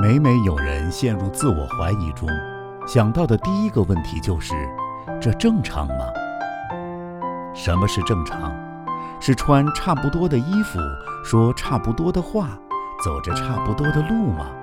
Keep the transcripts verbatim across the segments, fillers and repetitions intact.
每每有人陷入自我怀疑中，想到的第一个问题就是：这正常吗？什么是正常？是穿差不多的衣服，说差不多的话，走着差不多的路吗？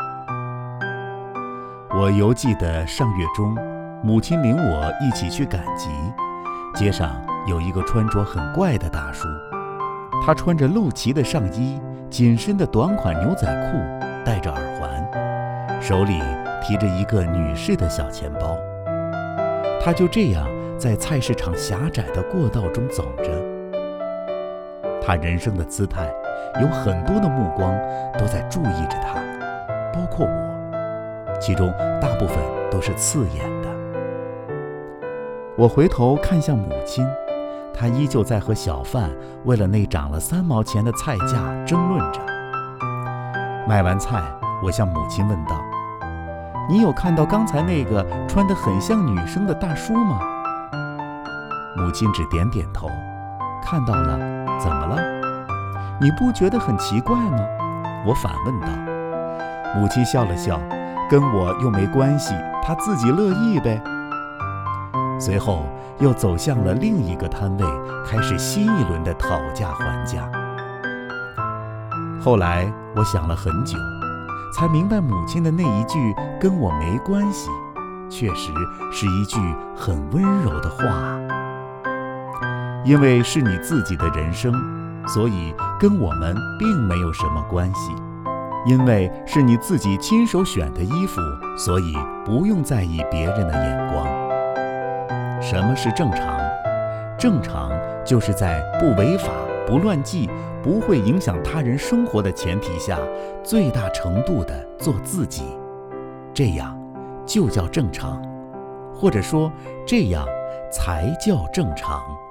我犹记得上月中，母亲领我一起去赶集，街上有一个穿着很怪的大叔，他穿着露脐的上衣，紧身的短款牛仔裤，戴着耳环，手里提着一个女士的小钱包。他就这样在菜市场狭窄的过道中走着，他人生的姿态，有很多的目光都在注意着他，包括我，其中大部分都是刺眼的。我回头看向母亲，她依旧在和小贩为了那涨了三毛钱的菜价争论着。买完菜，我向母亲问道：“你有看到刚才那个穿得很像女生的大叔吗？”母亲只点点头：“看到了，怎么了？你不觉得很奇怪吗？”我反问道。母亲笑了笑，跟我又没关系，她自己乐意呗。随后又走向了另一个摊位，开始新一轮的讨价还价。后来我想了很久，才明白母亲的那一句跟我没关系，确实是一句很温柔的话。因为是你自己的人生，所以跟我们并没有什么关系。因为是你自己亲手选的衣服，所以不用在意别人的眼光。什么是正常？正常就是在不违法、不乱纪、不会影响他人生活的前提下，最大程度地做自己，这样就叫正常，或者说这样才叫正常。